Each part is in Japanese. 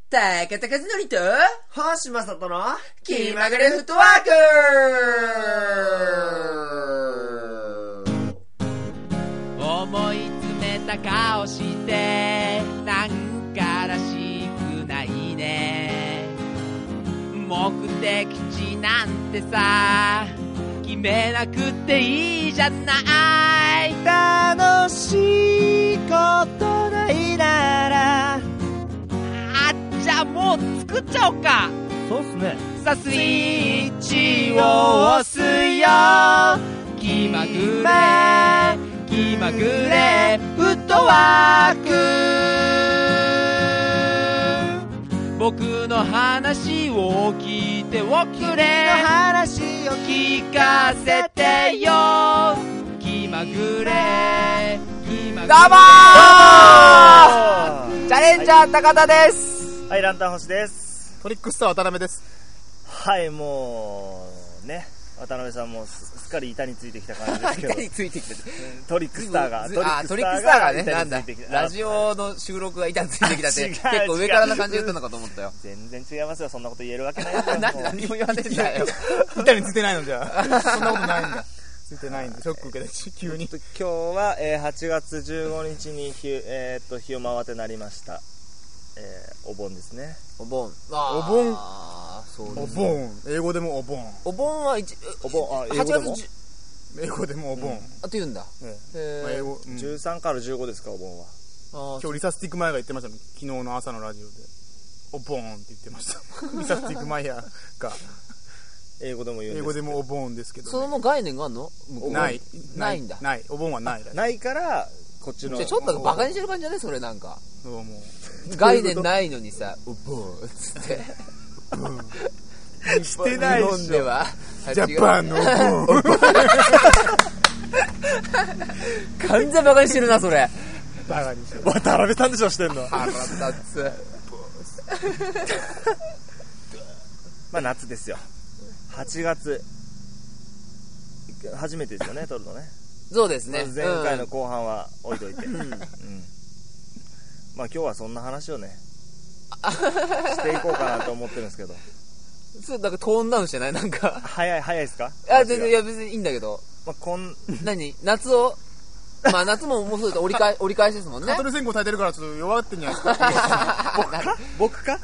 高田和則と星正人の気まぐれフットワーク。思い詰めた顔してなんからしくないね。目的地なんてさ決めなくていいじゃない。 楽しいことないならじゃあもう作っちゃおうか。 そうっすね。 さあスイッチを押すよ。気まぐれ気まぐれフットワーク。僕の話を聞いておくれ。 話を聞かせてよ。気まぐれ気まぐれ。 どうもーチャレンジャー高田です。 はい、ランタン星です。 トリックスター渡辺です。 はい、もうね、渡辺さんもすっかり板についてきた感じですけど板についてきてトリックスターがトリックスターがね、なんだラジオの収録が板についてきたって結構上からな感じで言ったのかと思ったよ。 全然違いますよ、そんなこと言えるわけないですよ。 何も言わねえんだよ。 板についてないのじゃあそんなことないんだ。ついてないんでショック受けて急に。 今日は、8月15日に日を回ってなりました。お盆ですね。 お盆。 お盆。 そうです。 お盆。英語でもお盆。 お盆はお盆。 8月英語でもお盆。 あと言うんだ。 英語。 13から15ですか、お盆は。 今日リサスティックマイヤーが言ってましたね。昨日の朝のラジオでお盆って言ってました。リサスティックマイヤーが英語でも言うんです。 英語でもお盆ですけど。 その概念があるの？ないんだ。 ない。お盆はない。 ないからこっちの。 ちょっとバカにしてる感じじゃないそれなんか。 そうもう。 概念ないのにさ、お盆っつって。 してない日本ではジャパンのお盆。 完全バカにしてるなそれ。 バカにしてる。 渡辺さんでしょしてんの。 腹立つ。 まあ夏ですよ。8月初めてですよね、撮るのね。 そうですね。 前回の後半は置いといて、まあ今日はそんな話をねしていこうかなと思ってるんですけど。 そうだからトーンダウンしてないなんか早いですか？ 全然いや別にいいんだけど。 まあ何夏をまあ夏ももうそうだ折り返しですもんね。 カトル線香焚いてるからちょっと弱ってんじゃないですか。 僕か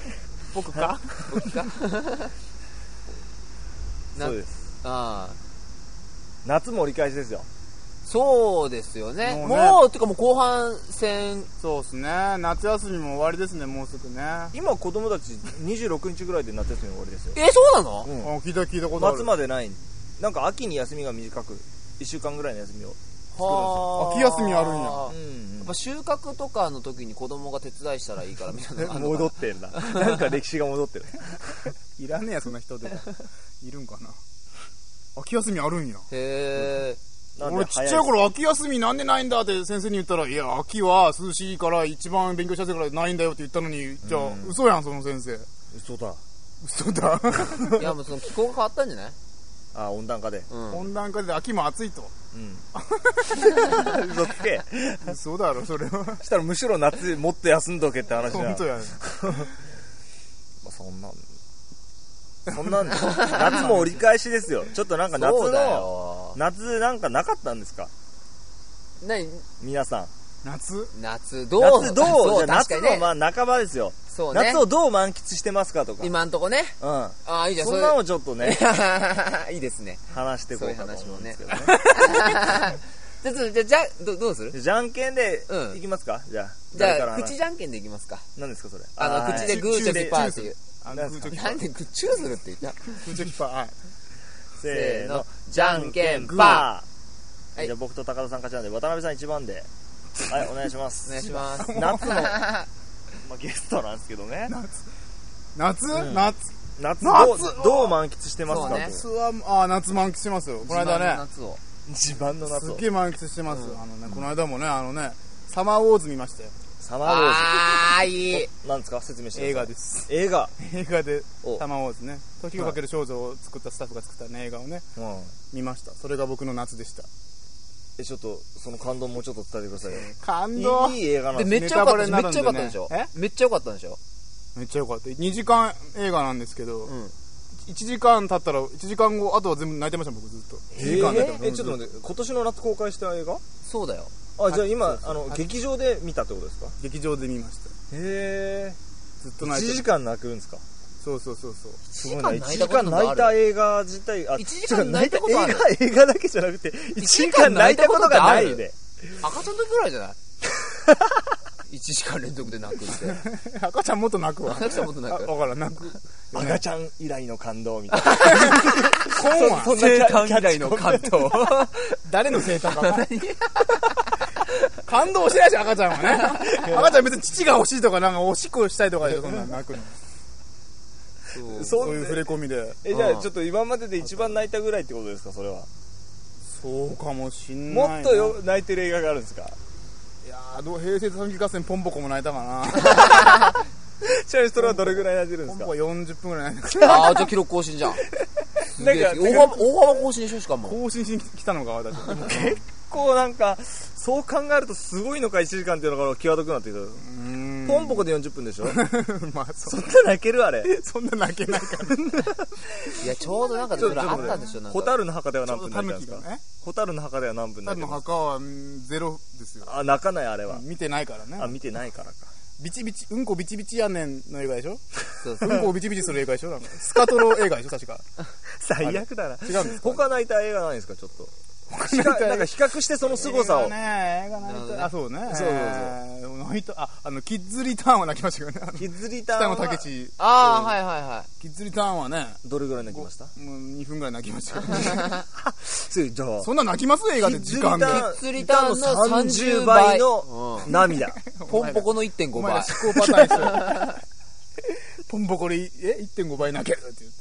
そうです。夏も折り返しですよ。 そうですよね。もうてかもう後半戦。 そうですね。夏休みも終わりですね、もうすぐね。 今子供たち26日ぐらいで夏休み終わりですよ。 そうなの？ 聞いたことある。 夏までない。なんか秋に休みが短く1週間ぐらいの休みを作るんですよ。秋休みあるんや。 やっぱ収穫とかの時に子供が手伝いしたらいいからみたいな。 戻ってるな。なんか歴史が戻ってる。 いらねえやそんな人で。いるんかな。秋休みあるんや。 へー。俺ちっちゃい頃秋休みなんでないんだって先生に言ったら、いや秋は涼しいから一番勉強しやすいからないんだよって言ったのに、じゃあ嘘やんその先生。 嘘だ。 いやもうその気候が変わったんじゃない？ 温暖化で。 温暖化で秋も暑いと。 嘘つけ。 嘘だろそれは。 したらむしろ夏もっと休んどけって話じゃん。 本当やね。 まあそんなん夏も折り返しですよ。ちょっとなんか夏なんかなかったんですか？皆さん。 夏どうじゃ夏のまあ半ばですよ。 そうね。 夏をどう満喫してますかとか。 今んとこね。いいじゃん。 そんなのちょっとね。 いいですね。 話していこうかと思うんですけどね。 じゃあどうする？ じゃんけんでいきますか？じゃあ口じゃんけんでいきますか。 何ですかそれ？ 口でグーチョキパーっていう。 なんでチューするって言った？ グーチョキパー。 せーの、じゃんけんパー。じゃあ僕と高田さん勝ちなんで渡辺さん1番で。はい、お願いします。 お願いします。 夏のゲストなんですけどね。 夏どう満喫してますか？ 夏は夏満喫してますよ。この間ね。 自慢の夏を。 すっげえ満喫してます。この間もねサマーウォーズ見ましたよ。 サマーウォーズ。 いい。 何ですか？説明してください。 映画です。 映画でサマーウォーズね。時をかける少女を作ったスタッフが作った映画をね見ました。それが僕の夏でした。 ちょっとその感動もうちょっと伝えてくださいよ。 感動。 いい映画なんでめっちゃ良かったでしょ？めっちゃ良かったんでしょ？ めっちゃ良かった。2時間映画なんですけど、1時間経ったら1時間後あとは全部泣いてました僕ずっと。1時間泣いてました。 ちょっと待って、今年の夏公開した映画？ そうだよ。 じゃあ今劇場で見たってことですか？ 劇場で見ました。 へえ。 ずっと泣いて 1時間泣くんですか？ そうすごいな。1時間泣いた映画自体、 1時間泣いたことある？ 映画だけじゃなくて1時間泣いたことがないで。 赤ちゃんの時ぐらいじゃない？1時間連続で泣くって赤ちゃんもっと泣くわ。 赤ちゃんもっと泣く。 分からん、泣く。 赤ちゃん以来の感動みたいな。 生誕以来の感動。 誰の生誕か感動してないし赤ちゃんはね。赤ちゃん別に父が欲しいとかなんかおしっこしたいとかでそんな泣くの。そういう触れ込みで。 じゃあちょっと今までで一番泣いたぐらいってことですか、それは。 そうかもしんもない。 っと泣いてる映画があるんですか？ いやー、平成三期合戦ポンポコも泣いたかな。 ちなみにそれはどれぐらい泣いてるんですか？ ポンポコ40分ぐらい泣いた。 じゃあ記録更新じゃん。大幅更新でしょ、しかも。 更新しに来たのか、私。 結構なんか、そう考えるとすごいのか1時間っていうのが際どくなってきた。ポンポコで40分でしょまあそんな泣けるあれ。 そんな泣けないから。 いや、ちょうどなんかそれあったでしょ、なんか。 ホタルの墓では何分泣いたんですか？ホタルの墓では何分泣いたんですか？ ホタルの墓は0ですよ。 泣かないあれは。 見てないからね。 見てないからか。 ビチビチ、うんこビチビチやねんの映画でしょ？うんこをビチビチする映画でしょ？なんかスカトロ映画でしょ確か。 最悪だな。 違うんですか？ 他泣いた映画ないですかちょっと。なんか比較してその凄さを。 映画泣いた。そうね。 そう。 泣いた。キッズリターンは泣きましたけどね。 キッズリターンは。 北野武。 はいはいはい。 キッズリターンはね。 どれぐらい泣きました？ もう2分ぐらい泣きましたけどね。 じゃあ。 そんな泣きます映画で時間で。 キッズリターンの 30倍の涙。 ポンポコの 1.5 倍。 思考パターン一緒。ポンポコで1.5 倍泣けるって言って。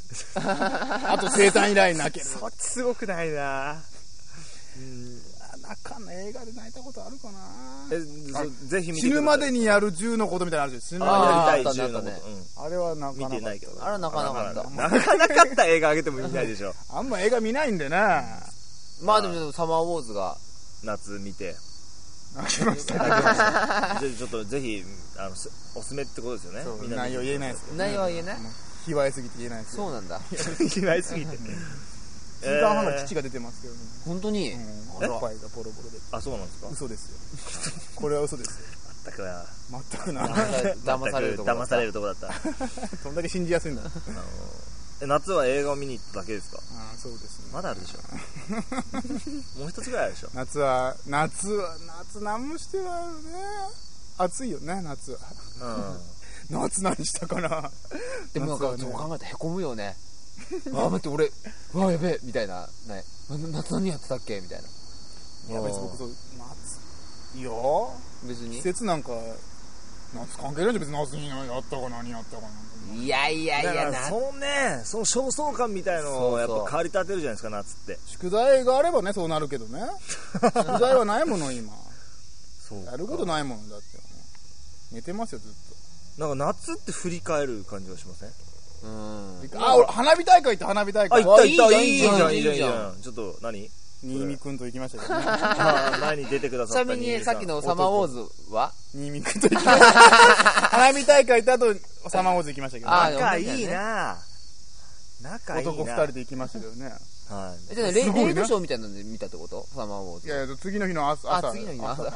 あと生誕以来泣ける。 そっちすごくないな。 泣かない映画で泣いたことあるかな。 ぜひ見てください。 死ぬまでにやる10のことみたいなのあるじゃん。死ぬまでやりたい10のこと。 あれはなかなか見てないけど。 あれはなかなかった。 なかなかった映画あげても見ないでしょ。 あんま映画見ないんでね。 まあでもサマーウォーズが夏見て泣きました。 じゃあちょっとぜひおすすめってことですよね。 内容言えないですよ。 内容は言えない。 卑猥すぎて言えないです。 そうなんだ。 卑猥すぎて。 1時間半の父が出てますけどね。 本当に？ おっぱいがボロボロで。 そうなんですか？ 嘘ですよ。これは嘘ですよ。全くな。 騙されるとこだった。 騙されるとこだった。 どんだけ信じやすいんだ。 夏は映画を見に行っただけですか？ そうですね。 まだあるでしょ。もう一つぐらいあるでしょ。 夏何もしてはね。暑いよね夏は。夏何したかな。 でもなんかそう考えたらへこむよね。待って俺やべえみたいなね。夏何やってたっけみたいな。 いや別に僕そう夏いや別に季節なんか夏関係ないじゃん。別に夏にやったか何やったかなんか。 いやだからその焦燥感みたいのをやっぱ変わり立てるじゃないですか夏って。 宿題があればねそうなるけどね。宿題はないもの今。 そうやることないものだって。寝てますよずっと。なんか夏って振り返る感じがしません？ 俺花火大会行った花火大会。 行ったいいじゃん。ちょっと何？ 新見くんと行きましたけどね。 何出てくださった？ ちなみにさっきのサマーウォーズは新見くんと行きました。花火大会行った後サマーウォーズ行きましたけど。 仲いいな。仲いいな。 男2人で行きましたけどね。 じゃあレイドショーみたいなので見たってこと？サマーウォーズ。 いや次の日の朝。 次の日の朝。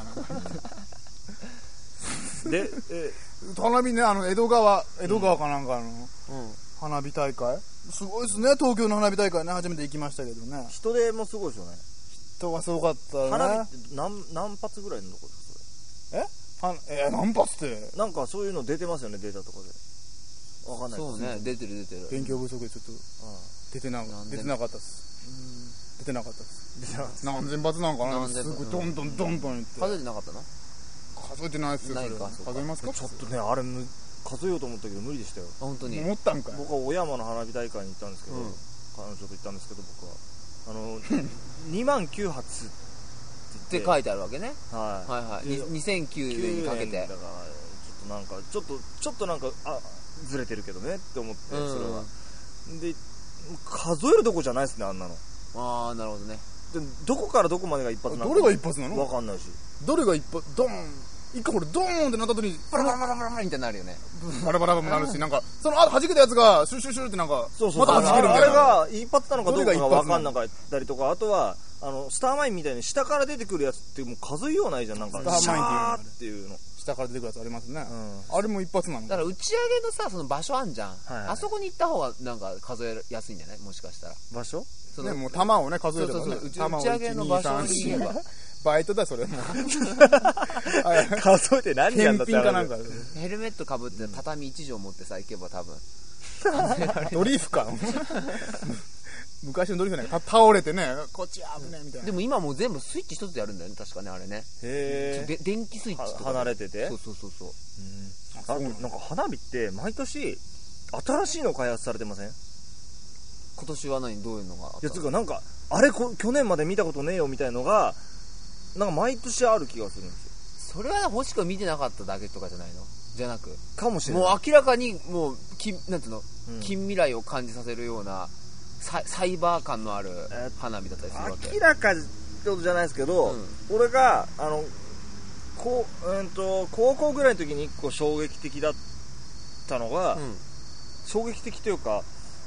で花火ね江戸川かなんかの花火大会すごいですね。東京の花火大会ね初めて行きましたけどね。 人手もすごいですよね。 人がすごかったね。 花火って何発ぐらいのとこですかそれ？ 何発ってなんかそういうの出てますよねデータとかで。わかんないです。 そうね出てる。 勉強不足でちょっと出てなかったっす。出てなかったっす。何千発なんかな。すぐどんどん言って。 数えてなかったの？ 数えてないっすよ。数えますか？ ちょっとねあれ数えようと思ったけど無理でしたよ。 本当に思ったんかい。 僕は小山の花火大会に行ったんですけど、彼女と行ったんですけど僕は2万9発って書いてあるわけね。はい2009にかけて。 だからちょっとなんかずれてるけどねって思ってそれは。で数えるとこじゃないですねあんなの。 なるほどね。 でどこからどこまでが一発なの？ どれが一発なの？ 分かんないし。 どれが一発ドン一回これドーンってなった時にバラバラバラバラみたいになるよね。 バラバラもなるし、なんかその弾けたやつがシュルシュルシュルってなんかまた弾けるみたいな。 あれが一発なのかどうかが分かんなかったりとか、あとはスターマインみたいに下から出てくるやつってもう数えようないじゃん。なんかスターマインっていうの下から出てくるやつありますね、あれも一発なの。 だから打ち上げのさ、その場所あんじゃん、あそこに行った方がなんか数えやすいんじゃない、もしかしたら。 場所ね、もう弾をね数えればね、 打ち上げの場所に行けばバイトだそれも数えて何やんだって。 検品かなんかヘルメットかぶって畳1畳持ってさ行けば多分ドリフか昔のドリフね、倒れてね、こっちや危ねみたいな。 でも今もう全部スイッチ一つでやるんだよね、確かね、あれね。 へえ。 電気スイッチとか離れてて。 そうそうそうそう。 なんか花火って毎年新しいの開発されてません？ 今年は何、どういうのがあった？ いや、つうかなんかあれ去年まで見たことねえよみたいのがなんか毎年ある気がするんですよ。それは欲しく見てなかっただけとかじゃないの？じゃなくかもしれない。 もう明らかにもうなんていうの、近未来を感じさせるようなサイバー感のある花火だったりするわけ。 明らかってことじゃないですけど、俺が高校ぐらいの時に1個衝撃的だったのが、衝撃的というか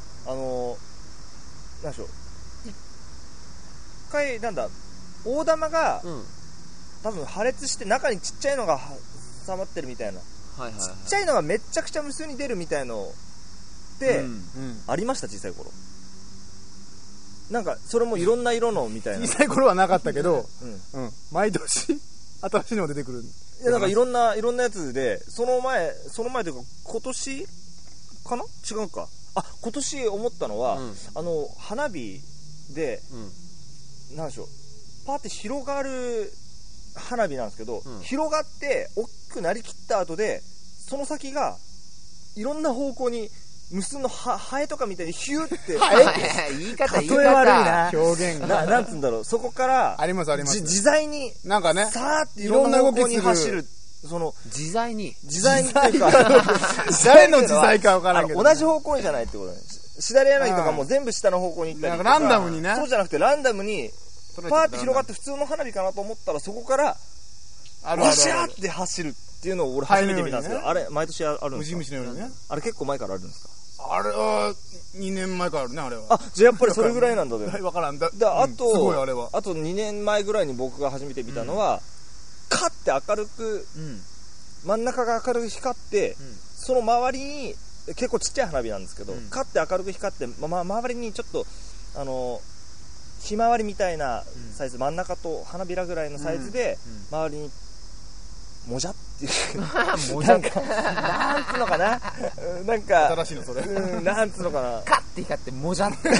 なんでしょう、一回大玉が、多分破裂して中にちっちゃいのが挟まってるみたいな、ちっちゃいのがめっちゃくちゃ無数に出るみたいのってありました、小さい頃。なんかそれもいろんな色のみたいな。 小さい頃はなかったけど、毎年新しいのが出てくる。 いや、なんかいろんなやつで、その前というか今年かな、違うか。今年思ったのは、花火で、なんでしょう、パーって広がる花火なんですけど、広がって大きくなりきった後で、その先がいろんな方向に無数のハエとかみたいにヒューって言い方例え悪いな、 表現がなんつうんだろう、そこからあります自在になんかね、 さーっていろんな方向に走る。その自在にっていうか誰の自在か分からんけど、 同じ方向にじゃないってことね。しだれ柳とかも全部下の方向に行ったりとか、 ランダムにね、 そうじゃなくてランダムにパーって広がって普通の花火かなと思ったら、そこからワシャーって走るっていうのを俺初めて見たんですけど、あれ毎年あるんですか？ ムシムシのようにね。 あれ結構前からあるんですか？ あれは2年前からあるね、あれは。 じゃあやっぱりそれぐらいなんだね。 分からんだ。 あと、 すごいあれは。 あと2年前ぐらいに僕が初めて見たのは、カッて明るく、真ん中が明るく光って、その周りに結構ちっちゃい花火なんですけど、カッて明るく光って、周りにちょっとひまわりみたいなサイズ、真ん中と花びらぐらいのサイズで、周りにもじゃっていうもじゃなんつうのかな、なんか新しいのそれ、 なんつうのかな、 カッて光ってもじゃって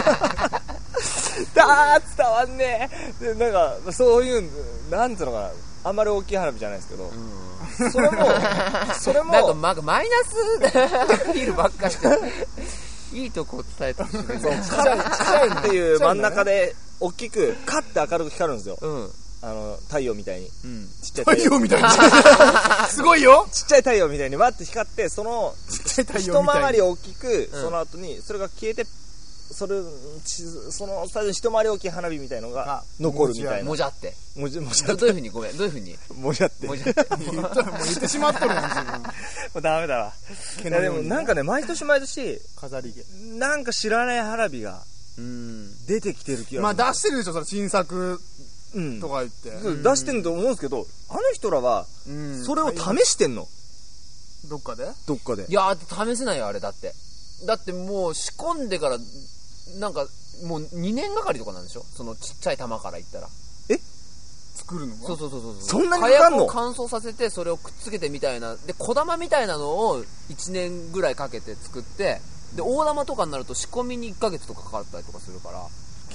伝わんねえ。でなんかそういうなんつうのかな、あんまり大きい花火じゃないですけど、それもなんかマイナスアピールばっかしていいとこ伝えてほしい。そう、 ちっちゃいっていう真ん中で大きくカッて明るく光るんですよ。太陽みたいに、ちっちゃい太陽みたいにすごいよ、 ちっちゃい太陽みたいにわって光って、そのちっちゃい太陽みたいに一回り大きく、その後にそれが消えて、その最初に一回り大きい花火みたいのが残るみたいな。 もじゃってもじゃどういう風に、ごめん、どういう風にもじゃってもう言ってしまっとるやん自分。 もうダメだわ。いやでもなんかね、毎年飾り毛なんか知らない花火が出てきてる気がする。 まあ出してるでしょ、それ新作とか言って、 出してんと思うんですけど、あの人らはそれを試してんの、 どっかで。 いや試せないよ、あれ。だってもう仕込んでからなんかもう2年がかりとかなんでしょ、そのちっちゃい玉から言ったら。 作るのが。 そうそんなにかかんの？ 火薬を乾燥させてそれをくっつけてみたいなで、小玉みたいなのを1年ぐらいかけて作って、で大玉とかになると仕込みに1ヶ月とかかかったりとかするから。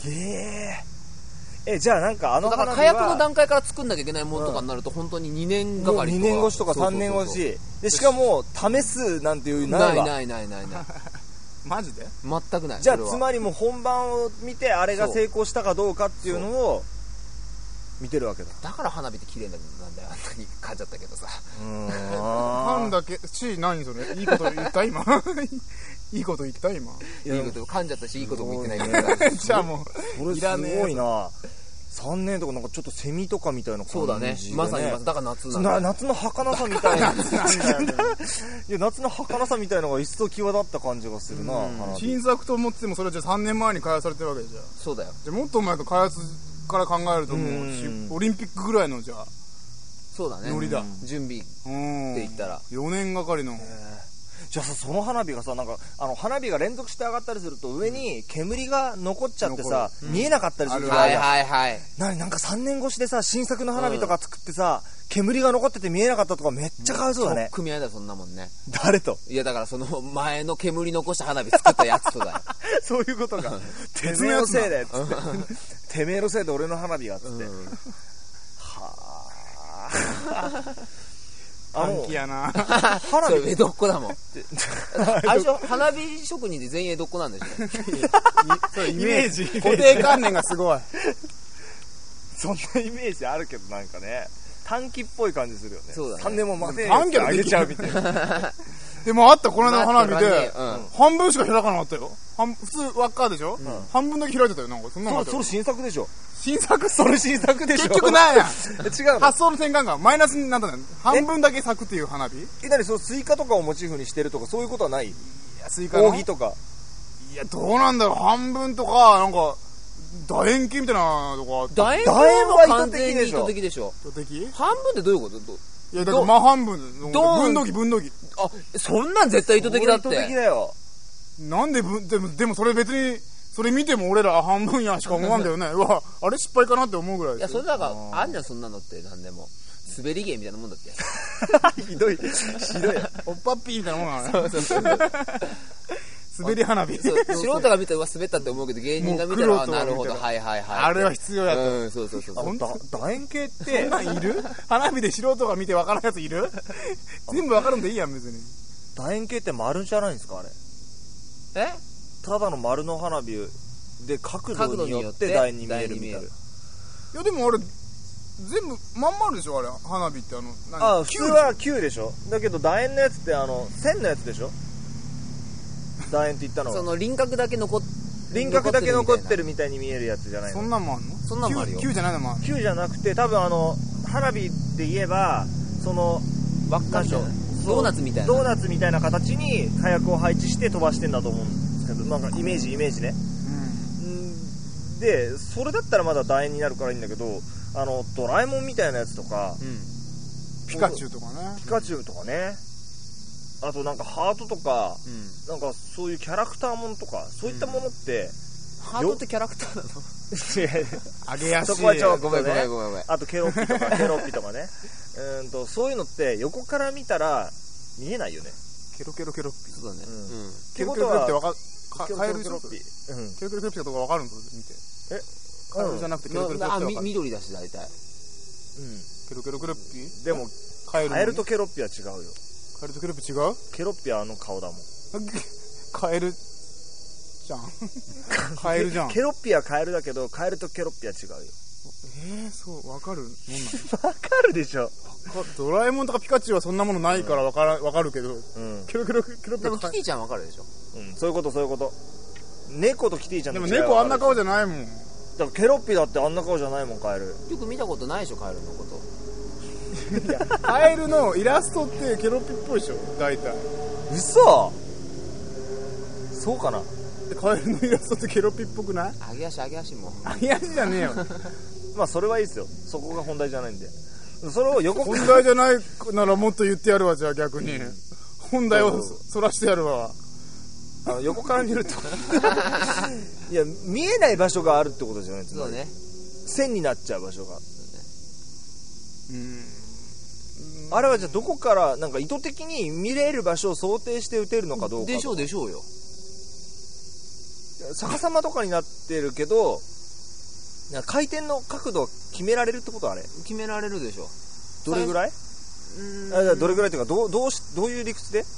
じゃあなんかだから火薬の段階から作んなきゃいけないものとかになると本当に2年がかりとか、 2年越しとか3年越しで、しかも試すなんていうないわ。 ないマジで全くない。 じゃあつまりもう本番を見て、あれが成功したかどうかっていうのを見てるわけだ。 だから花火って綺麗なんだよ、あんなに噛んじゃったけどさ。 なんだっけ、何それ、いいこと言った今いいこと言った今。 いいこと噛んじゃったし、いいことも言ってないからじゃあもういらねえ。すごいな。 3年とかなんかちょっとセミとかみたいな感じで、ね、 そうだね、まさにだから夏なんだ、 夏の儚さみたいな。いや、夏の儚さみたいなのが一層際立った感じがするな。 新作と思ってもそれはじゃあ3年前に開発されてるわけじゃん。 そうだよ。 じゃあもっと前の開発から考えるともうオリンピックぐらいのじゃあそうだね、 ノリだ、 準備って言ったら 4年がかりの。 じゃあさ、その花火がさ、なんか花火が連続して上がったりすると上に煙が残っちゃってさ、見えなかったりするじゃん。 はいはいはい。 なんか3年越しでさ、新作の花火とか作ってさ、煙が残ってて見えなかったとかめっちゃかわいそうだね。 組合だよ、そんなもんね。 誰と？ いやだからその前の煙残した花火作ったやつとだよ。 そういうことか。てめえのせいでっつって。てめえのせいで俺の花火がっつって。 短期やな。 花火江戸っ子だもん。あれでしょ、花火職人で全員江戸っ子なんでしょ。 そうイメージ固定観念がすごい。 そんなイメージあるけど、なんかね短期っぽい感じするよね。 そうだね。 3年も待て短期あげちゃうみたいな。 でもあったこの間の花火で半分しか開かなかったよ。普通輪っかでしょ、半分だけ開いてたよ。なんかそんなの。 それ新作でしょ。 新作それ新作でしょ。 結局ないやん。 違うの。 発想の転換がマイナスになったの。半分だけ咲くっていう花火。 何そのスイカとかをモチーフにしてるとかそういうことはない？いやスイカの扇とか。 いやどうなんだろう、半分とかなんか楕円形みたいなとか。 楕円形は完全に意図的でしょ。 意図的？ 半分ってどういうこと？ いやだから真半分分度器。 あ、そんなん絶対意図的だって。 意図的だよ。 なんででもそれ別にそれ見ても俺ら半分やんしか思わんだよね。うわあれ失敗かなって思うぐらいです。 いやそれだからあんじゃん、そんなのって何でも滑り芸みたいなもんだって。 ひどいおっぱっぴーみたいなもんなのね。そう滑り花火。 素人が見たら滑ったって思うけど、芸人が見たらなるほど、はいはいはい。 あれは必要やと。 そう。 楕円形ってそんなんいる？花火で素人が見て分からんやついる？全部分かるんでいいやん別に。 楕円形って丸じゃないんですかあれ？ただの丸の花火で角度によって楕円に見えるみたいな。いやでもあれ全部まん丸でしょあれ花火って。 普通は球でしょ。だけど楕円のやつって線のやつでしょ。楕円って言ったのはその輪郭だけ残ってるみたいに見えるやつじゃないの？ そんなんもあんの？ そんなんもあるよ。 球じゃないのもある。 球じゃなくて多分花火で言えばその輪っかみたいなドーナツみたいな形に火薬を配置して飛ばしてんだと思うんですけど、なんかイメージね。でそれだったらまだ楕円になるからいいんだけど、ドラえもんみたいなやつとか、 ピカチュウとかね。あとなんかハートとか、なんかそういうキャラクターものとかそういったものって、 ハートってキャラクターなの？ あげやしい。 そこはちょっとね。 ごめん。 あとケロッピとかね。そういうのって横から見たら見えないよね。 ケロッピ。 そうだね。 ケロケロってわかる？カエルケロッピ。 ケロケロってとかわかるの？見て。カエルじゃなくてケロケロってわかる？ 緑だし大体。 ケロケロッピ？ でもカエルとケロッピは違うよ。 カエルとケロッピ違う？ ケロッピは顔だもん。 カエルじゃん。カエルじゃん。 ケロッピはカエルだけどカエルとケロッピは違うよ。 そうわかるもんなの？わかるでしょ。 ドラえもんとかピカチュウはそんなものないからわかるけど、ケロケロッピでもキティちゃんわかるでしょ。 そういうこと。猫とキティちゃんでも猫あんな顔じゃないもん。 だからケロッピだってあんな顔じゃないもんカエル。 よく見たことないでしょカエルのこと。 カエルのイラストってケロッピっぽいでしょ大体。 嘘？そうかな。 カエルのイラストってケロッピっぽくない？ 揚げ足も揚げ足じゃねえよ。 まあそれはいいですよ。そこが本題じゃないんで。それを本題じゃないならもっと言ってやるわ。じゃあ逆に本題をそらしてやるわ。 横から見るといや見えない場所があるってことじゃないですか。 そうね。 線になっちゃう場所が。あれはじゃあどこからなんか意図的に見れる場所を想定して撃てるのかどうか。 でしょうよ。 逆さまとかになってるけど回転の角度を決められるってこと？あれ決められるでしょ。 どれぐらい？どれぐらいっていうかどういう理屈で？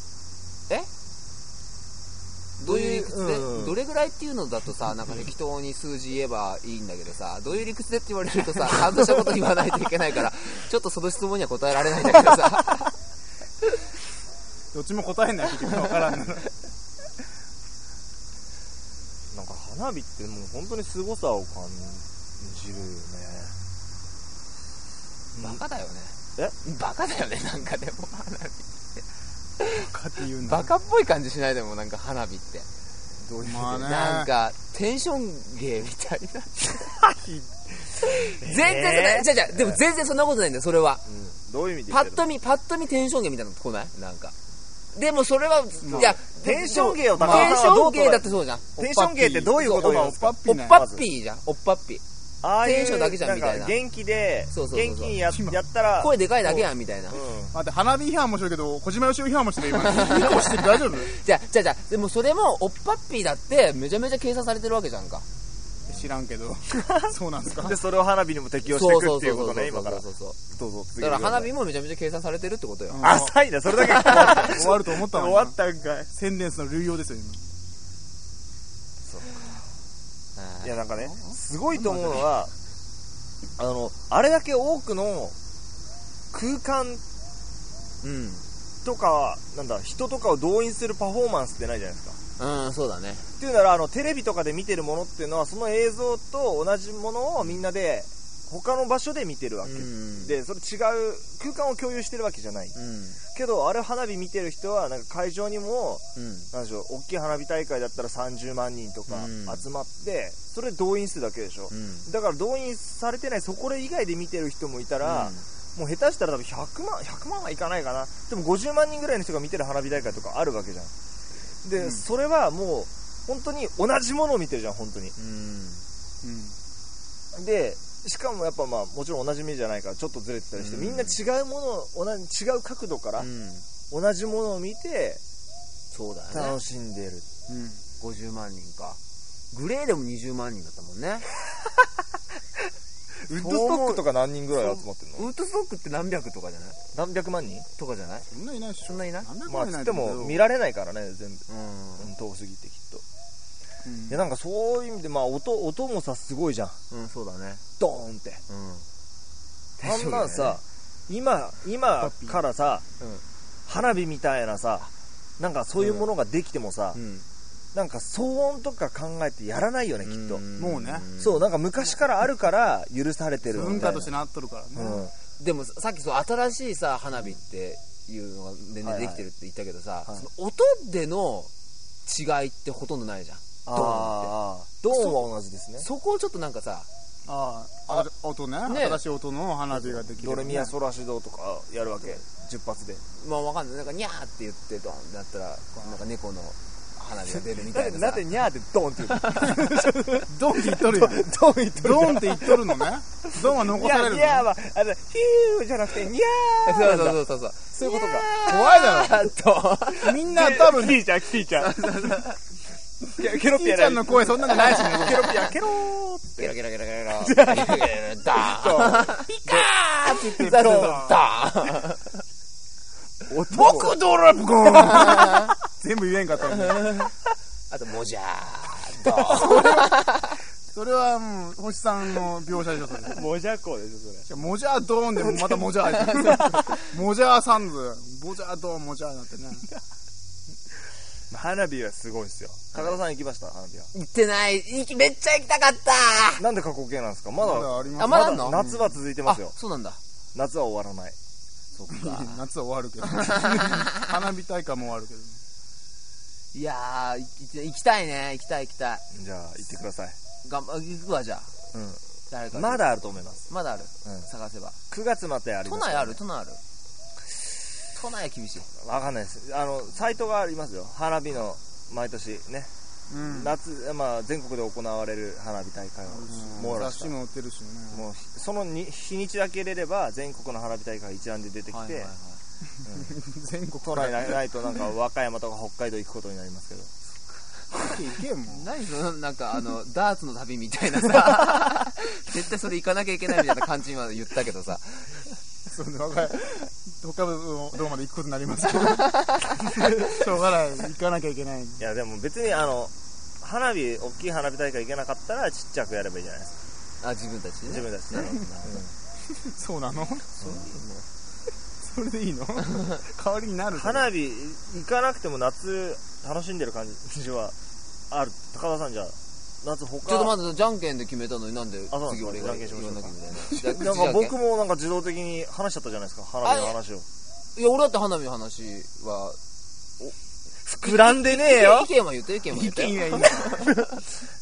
どういう理屈で、どれぐらいっていうのだとさ、なんか適当に数字言えばいいんだけどさ、どういう理屈でって言われるとさ、ちゃんとしたこと言わないといけないからちょっとその質問には答えられないんだけどさどっちも答えないって分からんなんか花火ってもう本当に凄さを感じるよね。 バカだよね。 え？ バカだよね、なんかでも花火って。 バカって言うんだ。 バカっぽい感じしないでもなんか花火って。 どういうまあね。 なんかテンションゲーみたいな。全然じゃでも全然そんなことないんだよ、それは。 どういう意味でパッと見テンションゲーみたいなの来ない？なんか。でもそれは、いや、 テンションゲーをテンションゲーだってそうじゃん。 テンションゲーってどういうことなんですか？ おっぱっぴーじゃん。おっぱっぴー。テンションだけじゃんみたいな。 元気で、 元気にやったら。 声でかいだけやんみたいな。 待って、花火批判もしてるけど、小島よしお批判もしてる今。2個して大丈夫？ じゃあ、でもそれも、おっぱっぴーだってめちゃめちゃ計算されてるわけじゃんか。 知らんけど。そうなんですか？ で、それを花火にも適用していくっていうことね、今から。 そうどうぞ。 だから花火もめちゃめちゃ計算されてるってことよ。 浅いな、それだけ終わると思ったのに。 終わったんかい。 センテンスの類用ですよ、今。 そうか。いや、なんかね、すごいと思うのは、あれだけ多くの空間とか、なんだ、人とかを動員するパフォーマンスってないじゃないですか。 そうだね。 っていうなら、テレビとかで見てるものっていうのは、その映像と同じものをみんなで、他の場所で見てるわけ。で、それ違う、空間を共有してるわけじゃない。けど、あれ花火見てる人は、なんか会場にも、なんでしょう、大きい花火大会だったら30万人とか集まって、それ動員するだけでしょ。だから動員されてない、そこ以外で見てる人もいたら、もう下手したら多分100万はいかないかな。でも50万人ぐらいの人が見てる花火大会とかあるわけじゃん。で、それはもう、本当に同じものを見てるじゃん、本当に。で、しかもやっぱもちろん同じ目じゃないからちょっとずれてたりして、みんな違うものを違う角度から同じものを見て、 そうだよね。 楽しんでる。 50万人か。グレーでも20万人だったもんね。 ウッドストックとか何人ぐらい集まってるの？ ウッドストックって何百とかじゃない？ 何百万人とかじゃない？ そんないないでしょ。 そんないない？ まあつっても見られないからね、全部。遠すぎてきっと。いや、なんかそういう意味で、音もさ、すごいじゃん。 そうだね。 ドーンって。あんなんさ、今からさ、花火みたいなさ、なんかそういうものができてもさ、なんか騒音とか考えてやらないよね、きっと。 もうね。 そう、なんか昔からあるから許されてるみたいな。 文化としてなっとるからね。 でもさっき新しいさ、花火っていうのが全然できてるって言ったけどさ、その音での違いってほとんどないじゃん。ドーンって。 ドーンは同じですね。 そこをちょっとなんかさ、 音ね。新しい音の花火ができる。 ドレミアソラシドとかやるわけ。10発で。 まあわかんない。なんかニャーって言ってドーンってなったら、なんか猫の花火が出るみたいなさ。 なんでニャーってドーンって言うの？ ドンって言っとるよ。ドンって言っとるのね。ドンは残されるの。 ニャーは、ヒューじゃなくて、ニャー。 そう。 そういうことか。 怖いだろ。みんな多分。 キティちゃん。 ケロピアちゃんの声そんなのないしね。 ケロピア、ケローって。 ケロダーンピカーって言ってダーン僕ドラムゴン全部言えんかったもんね。 あとモジャードーンそれはもう星さんの描写でしょ、それ。 モジャコでしょ、それ。 モジャードーンでもまたモジャーモジャーサンズ、モジャードーン、モジャーなんてね。 花火はすごいですよ。高田さん行きました？花火は。 行ってない。めっちゃ行きたかった。 なんで過去形なんですか？まだあります。 まだあんの？ 夏は続いてますよ。 そうなんだ。 夏は終わらない。 そっか。 夏は終わるけど。花火大会も終わるけど。 いやー、行きたいね。行きたい。 じゃあ行ってください。 行くわ、じゃあ。誰か。 まだあると思います。 まだある。探せば。 9月まであります。 都内ある。都内は厳しい。 わかんないです。サイトがありますよ。花火の毎年ね。夏、全国で行われる花火大会を網羅した。 雑誌も売ってるしね。 もうその日にちだけ入れれば全国の花火大会一覧で出てきて、 全国都内ないとなんか和歌山とか北海道行くことになりますけど。 行けもん。 何そのなんかダーツの旅みたいなさ、絶対それ行かなきゃいけないみたいな感じ今言ったけどさ。 そうね、他のどうまで行くことになりますけど。しょうがない、行かなきゃいけない。 いやでも別に大きい花火大会行けなかったらちっちゃくやればいいじゃないですか。 自分たちね。 自分たちね。 そうなの？それでいいの？代わりになる。 花火行かなくても夏楽しんでる感じはある。高田さんじゃあ夏他ちょっとまだじゃんけんで決めたのになんで次俺が言わなきゃいけないの？ なんか僕もなんか自動的に話しちゃったじゃないですか、花火の話を。 いや俺だって花火の話は膨らんでねえよ。 意見は言って。 意見はいい